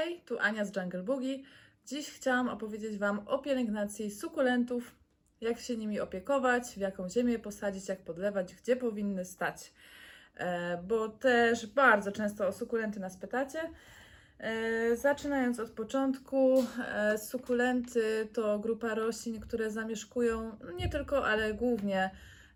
Hej, tu Ania z Jungle Boogie. Dziś chciałam opowiedzieć Wam o pielęgnacji sukulentów, jak się nimi opiekować, w jaką ziemię je posadzić, jak podlewać, gdzie powinny stać. Bo też bardzo często o sukulenty nas pytacie. Zaczynając od początku, sukulenty to grupa roślin, które zamieszkują nie tylko, ale głównie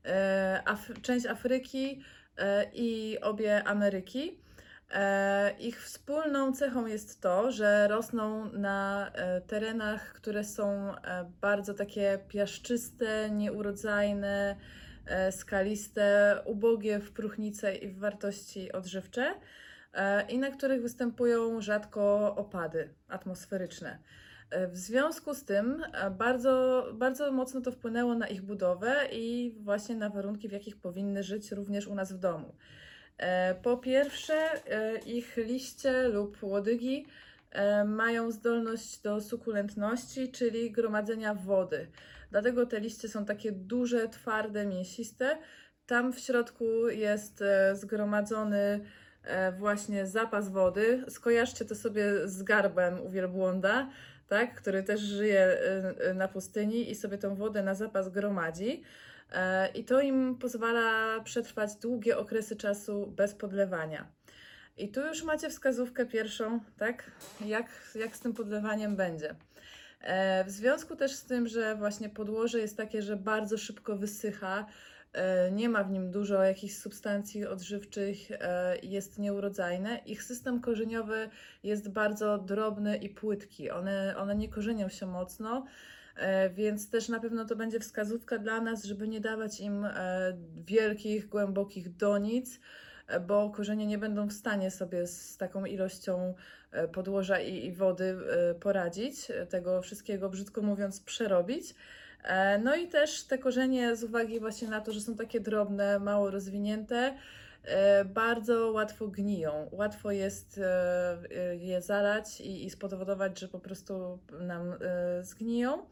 część Afryki i obie Ameryki. Ich wspólną cechą jest to, że rosną na terenach, które są bardzo takie piaszczyste, nieurodzajne, skaliste, ubogie w próchnice i w wartości odżywcze i na których występują rzadko opady atmosferyczne. W związku z tym bardzo mocno to wpłynęło na ich budowę i właśnie na warunki, w jakich powinny żyć również u nas w domu. Po pierwsze, ich liście lub łodygi mają zdolność do sukulentności, czyli gromadzenia wody. Dlatego te liście są takie duże, twarde, mięsiste. Tam w środku jest zgromadzony właśnie zapas wody. Skojarzcie to sobie z garbem u wielbłąda, tak? Który też żyje na pustyni i sobie tą wodę na zapas gromadzi. I to im pozwala przetrwać długie okresy czasu bez podlewania. I tu już macie wskazówkę pierwszą, tak? Jak z tym podlewaniem będzie. W związku też z tym, że właśnie podłoże jest takie, że bardzo szybko wysycha, nie ma w nim dużo jakichś substancji odżywczych, jest nieurodzajne. Ich system korzeniowy jest bardzo drobny i płytki. One nie korzenią się mocno, więc też na pewno to będzie wskazówka dla nas, żeby nie dawać im wielkich, głębokich donic, bo korzenie nie będą w stanie sobie z taką ilością podłoża i wody poradzić, tego wszystkiego, brzydko mówiąc, przerobić. No i też te korzenie, z uwagi właśnie na to, że są takie drobne, mało rozwinięte, bardzo łatwo gniją. Łatwo jest je zalać i spowodować, że po prostu nam zgniją.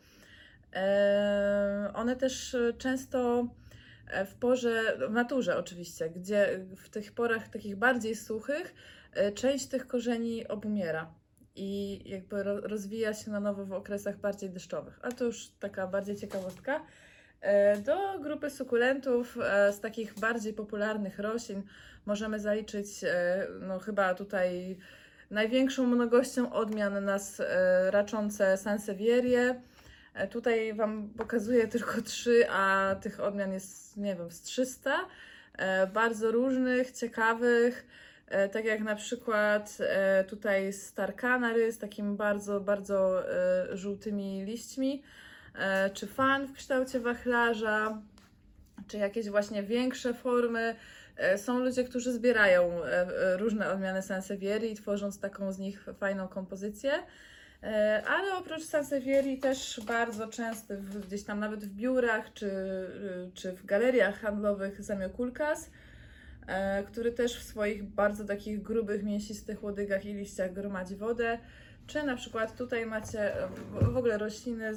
One też często w naturze oczywiście, gdzie w tych porach takich bardziej suchych, część tych korzeni obumiera i jakby rozwija się na nowo w okresach bardziej deszczowych. Ale to już taka bardziej ciekawostka. Do grupy sukulentów z takich bardziej popularnych roślin możemy zaliczyć, no chyba tutaj największą mnogością odmian nas raczące sansevierie. Tutaj Wam pokazuję tylko 3, a tych odmian jest, nie wiem, z 300. Bardzo różnych, ciekawych, tak jak na przykład tutaj Star Canary z takim bardzo żółtymi liśćmi, czy fan w kształcie wachlarza, czy jakieś właśnie większe formy. Są ludzie, którzy zbierają różne odmiany sansevierii, tworząc taką z nich fajną kompozycję. Ale oprócz sansevierii też bardzo często gdzieś tam nawet w biurach czy w galeriach handlowych zamiokulkas, który też w swoich bardzo takich grubych, mięsistych łodygach i liściach gromadzi wodę. Czy na przykład tutaj macie w ogóle rośliny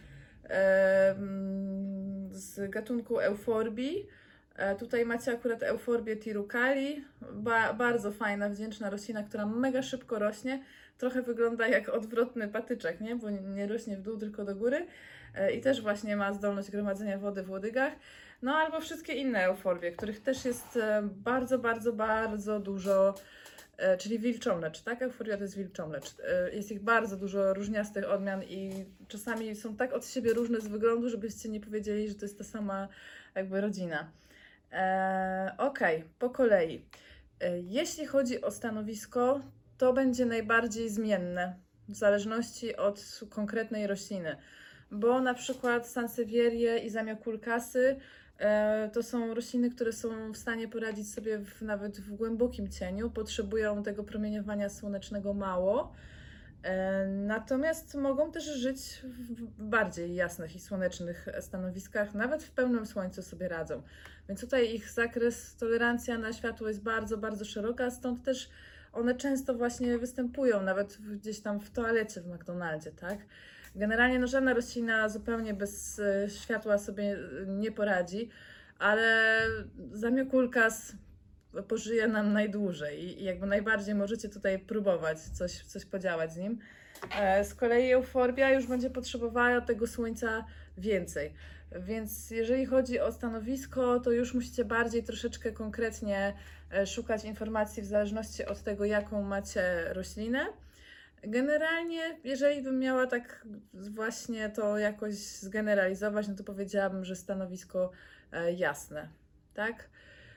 z gatunku Euforbii. Tutaj macie akurat Euforbię tirucali, bardzo fajna, wdzięczna roślina, która mega szybko rośnie. Trochę wygląda jak odwrotny patyczek, nie? Bo nie rośnie w dół, tylko do góry. I też właśnie ma zdolność gromadzenia wody w łodygach. No albo wszystkie inne euforbie, których też jest bardzo dużo, czyli wilczomlecz, tak? Euforbia to jest wilczomlecz. Jest ich bardzo dużo różniastych odmian i czasami są tak od siebie różne z wyglądu, żebyście nie powiedzieli, że to jest ta sama jakby rodzina. Ok, po kolei. Jeśli chodzi o stanowisko, to będzie najbardziej zmienne w zależności od konkretnej rośliny, bo na przykład sansevierie i zamiokulkasy to są rośliny, które są w stanie poradzić sobie nawet w głębokim cieniu, potrzebują tego promieniowania słonecznego mało. Natomiast mogą też żyć w bardziej jasnych i słonecznych stanowiskach, nawet w pełnym słońcu sobie radzą. Więc tutaj ich zakres, tolerancja na światło jest bardzo szeroka, stąd też one często właśnie występują, nawet gdzieś tam w toalecie w McDonaldzie, tak? Generalnie no, żadna roślina zupełnie bez światła sobie nie poradzi, ale zamiokulkas pożyje nam najdłużej i jakby najbardziej możecie tutaj próbować coś podziałać z nim. Z kolei euforbia już będzie potrzebowała tego słońca więcej. Więc jeżeli chodzi o stanowisko, to już musicie bardziej troszeczkę konkretnie szukać informacji w zależności od tego, jaką macie roślinę. Generalnie, jeżeli bym miała tak właśnie to jakoś zgeneralizować, no to powiedziałabym, że stanowisko jasne, tak?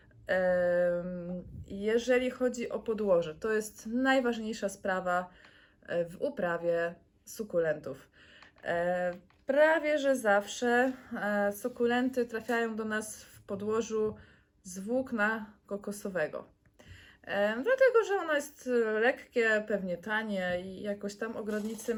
Jeżeli chodzi o podłoże, to jest najważniejsza sprawa w uprawie sukulentów. Prawie że zawsze sukulenty trafiają do nas w podłożu z włókna kokosowego. Dlatego, że ono jest lekkie, pewnie tanie i jakoś tam ogrodnicy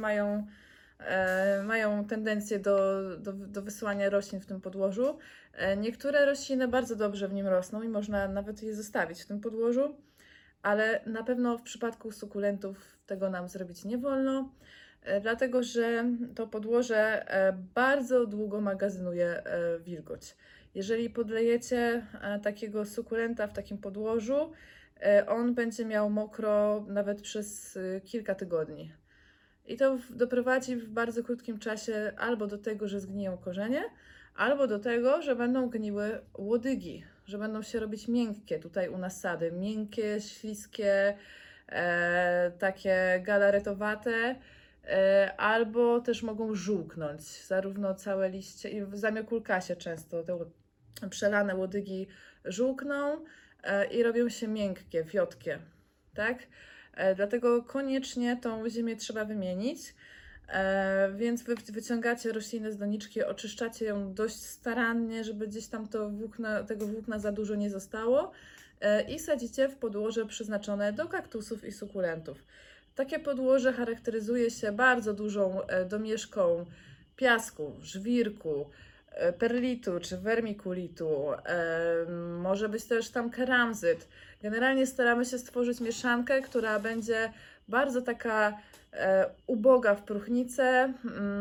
mają tendencję do wysyłania roślin w tym podłożu. Niektóre rośliny bardzo dobrze w nim rosną i można nawet je zostawić w tym podłożu, ale na pewno w przypadku sukulentów tego nam zrobić nie wolno, dlatego że to podłoże bardzo długo magazynuje wilgoć. Jeżeli podlejecie takiego sukulenta w takim podłożu, on będzie miał mokro nawet przez kilka tygodni. I to doprowadzi w bardzo krótkim czasie albo do tego, że zgniją korzenie, albo do tego, że będą gniły łodygi, że będą się robić miękkie tutaj u nasady. Miękkie, śliskie, takie galaretowate, albo też mogą żółknąć, zarówno całe liście i w zamiokulkasie często te przelane łodygi żółkną i robią się miękkie, wiotkie, tak? Dlatego koniecznie tą ziemię trzeba wymienić, więc wyciągacie roślinę z doniczki, oczyszczacie ją dość starannie, żeby gdzieś tam tego włókna za dużo nie zostało i sadzicie w podłoże przeznaczone do kaktusów i sukulentów. Takie podłoże charakteryzuje się bardzo dużą domieszką piasku, żwirku, perlitu czy wermikulitu, może być też tam keramzyt. Generalnie staramy się stworzyć mieszankę, która będzie bardzo taka uboga w próchnicę,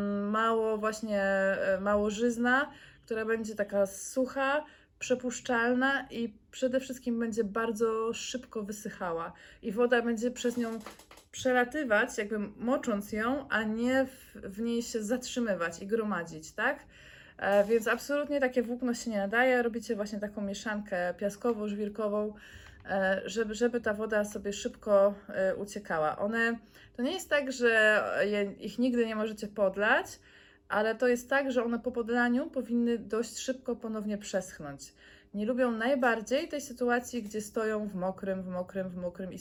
mało żyzna, która będzie taka sucha, przepuszczalna i przede wszystkim będzie bardzo szybko wysychała i woda będzie przez nią przelatywać, jakby mocząc ją, a nie w niej się zatrzymywać i gromadzić, tak? Więc absolutnie takie włókno się nie nadaje. Robicie właśnie taką mieszankę piaskowo-żwirkową, żeby ta woda sobie szybko uciekała. To nie jest tak, że ich nigdy nie możecie podlać, ale to jest tak, że one po podlaniu powinny dość szybko ponownie przeschnąć. Nie lubią najbardziej tej sytuacji, gdzie stoją w mokrym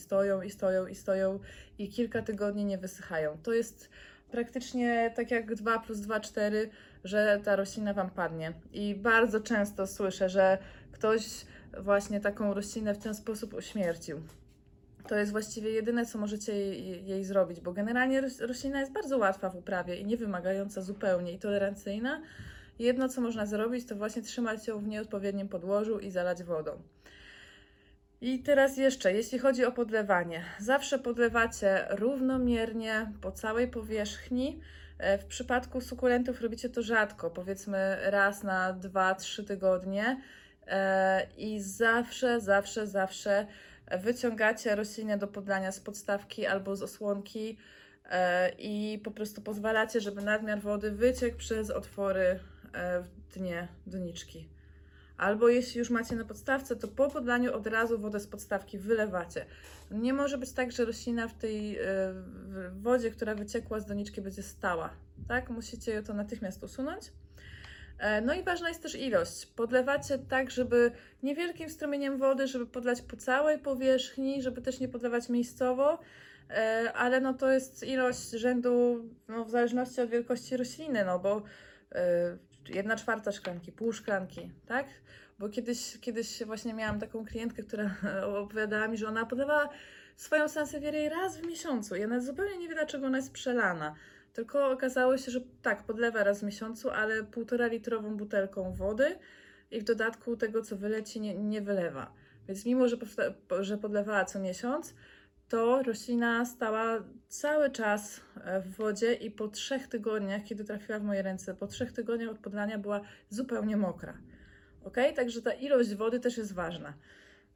i kilka tygodni nie wysychają. To jest praktycznie tak jak 2+2=4, że ta roślina Wam padnie. I bardzo często słyszę, że ktoś właśnie taką roślinę w ten sposób uśmiercił. To jest właściwie jedyne, co możecie jej zrobić, bo generalnie roślina jest bardzo łatwa w uprawie i nie wymagająca zupełnie i tolerancyjna. Jedno, co można zrobić, to właśnie trzymać ją w nieodpowiednim podłożu i zalać wodą. I teraz jeszcze, jeśli chodzi o podlewanie. Zawsze podlewacie równomiernie po całej powierzchni. W przypadku sukulentów robicie to rzadko, powiedzmy raz na 2-3 tygodnie. I zawsze wyciągacie roślinę do podlania z podstawki albo z osłonki i po prostu pozwalacie, żeby nadmiar wody wyciekł przez otwory w dnie doniczki. Albo jeśli już macie na podstawce, to po podlaniu od razu wodę z podstawki wylewacie. Nie może być tak, że roślina w tej wodzie, która wyciekła z doniczki, będzie stała. Tak? Musicie to natychmiast usunąć. No i ważna jest też ilość. Podlewacie tak, żeby niewielkim strumieniem wody, żeby podlać po całej powierzchni, żeby też nie podlewać miejscowo, ale no to jest ilość rzędu, no w zależności od wielkości rośliny, no bo 1/4 szklanki, pół szklanki, tak? Bo kiedyś właśnie miałam taką klientkę, która opowiadała mi, że ona podlewała swoją sansevierę raz w miesiącu i ona zupełnie nie wie, dlaczego ona jest przelana. Tylko okazało się, że tak, podlewa raz w miesiącu, ale 1,5-litrową butelką wody i w dodatku tego, co wyleci, nie wylewa. Więc mimo, że podlewała co miesiąc, to roślina stała cały czas w wodzie i po 3 tygodniach, kiedy trafiła w moje ręce, po 3 tygodniach od podlania była zupełnie mokra. Ok? Także ta ilość wody też jest ważna.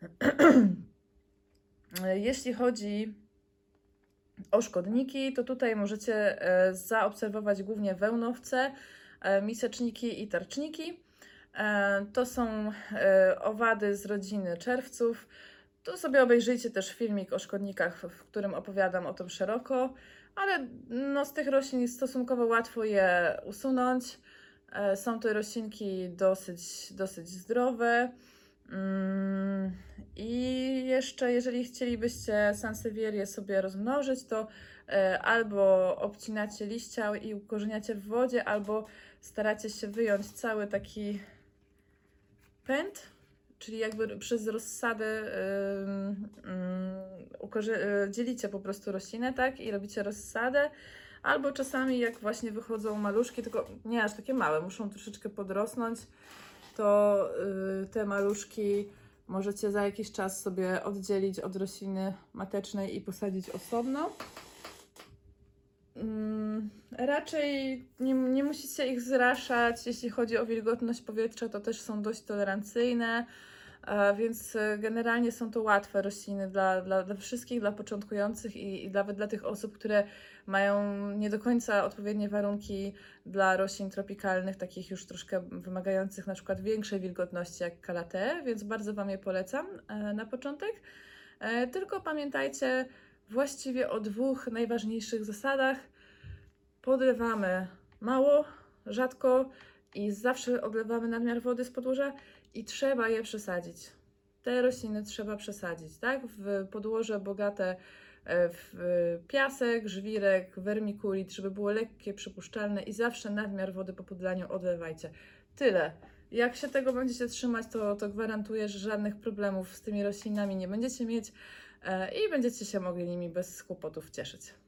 Jeśli chodzi o szkodniki, to tutaj możecie zaobserwować głównie wełnowce, miseczniki i tarczniki. To są owady z rodziny czerwców. Tu sobie obejrzyjcie też filmik o szkodnikach, w którym opowiadam o tym szeroko, ale no, z tych roślin jest stosunkowo łatwo je usunąć. Są to roślinki dosyć zdrowe. I jeszcze, jeżeli chcielibyście sansevierię sobie rozmnożyć, to albo obcinacie liścia i ukorzeniacie w wodzie, albo staracie się wyjąć cały taki pęd, czyli jakby przez rozsadę dzielicie po prostu roślinę, tak? I robicie rozsadę. Albo czasami jak właśnie wychodzą maluszki, tylko nie aż takie małe, muszą troszeczkę podrosnąć, to te maluszki możecie za jakiś czas sobie oddzielić od rośliny matecznej i posadzić osobno. Raczej nie musicie ich zraszać. Jeśli chodzi o wilgotność powietrza, to też są dość tolerancyjne, więc generalnie są to łatwe rośliny dla wszystkich, dla początkujących i nawet dla tych osób, które mają nie do końca odpowiednie warunki dla roślin tropikalnych, takich już troszkę wymagających na przykład większej wilgotności jak Calathea, więc bardzo Wam je polecam na początek. Tylko pamiętajcie właściwie o dwóch najważniejszych zasadach. Podlewamy mało, rzadko i zawsze odlewamy nadmiar wody z podłoża i trzeba je przesadzić. Te rośliny trzeba przesadzić, tak? W podłoże bogate w piasek, żwirek, wermikulit, żeby było lekkie, przypuszczalne i zawsze nadmiar wody po podlaniu odlewajcie. Tyle. Jak się tego będziecie trzymać, to gwarantuję, że żadnych problemów z tymi roślinami nie będziecie mieć i będziecie się mogli nimi bez kłopotów cieszyć.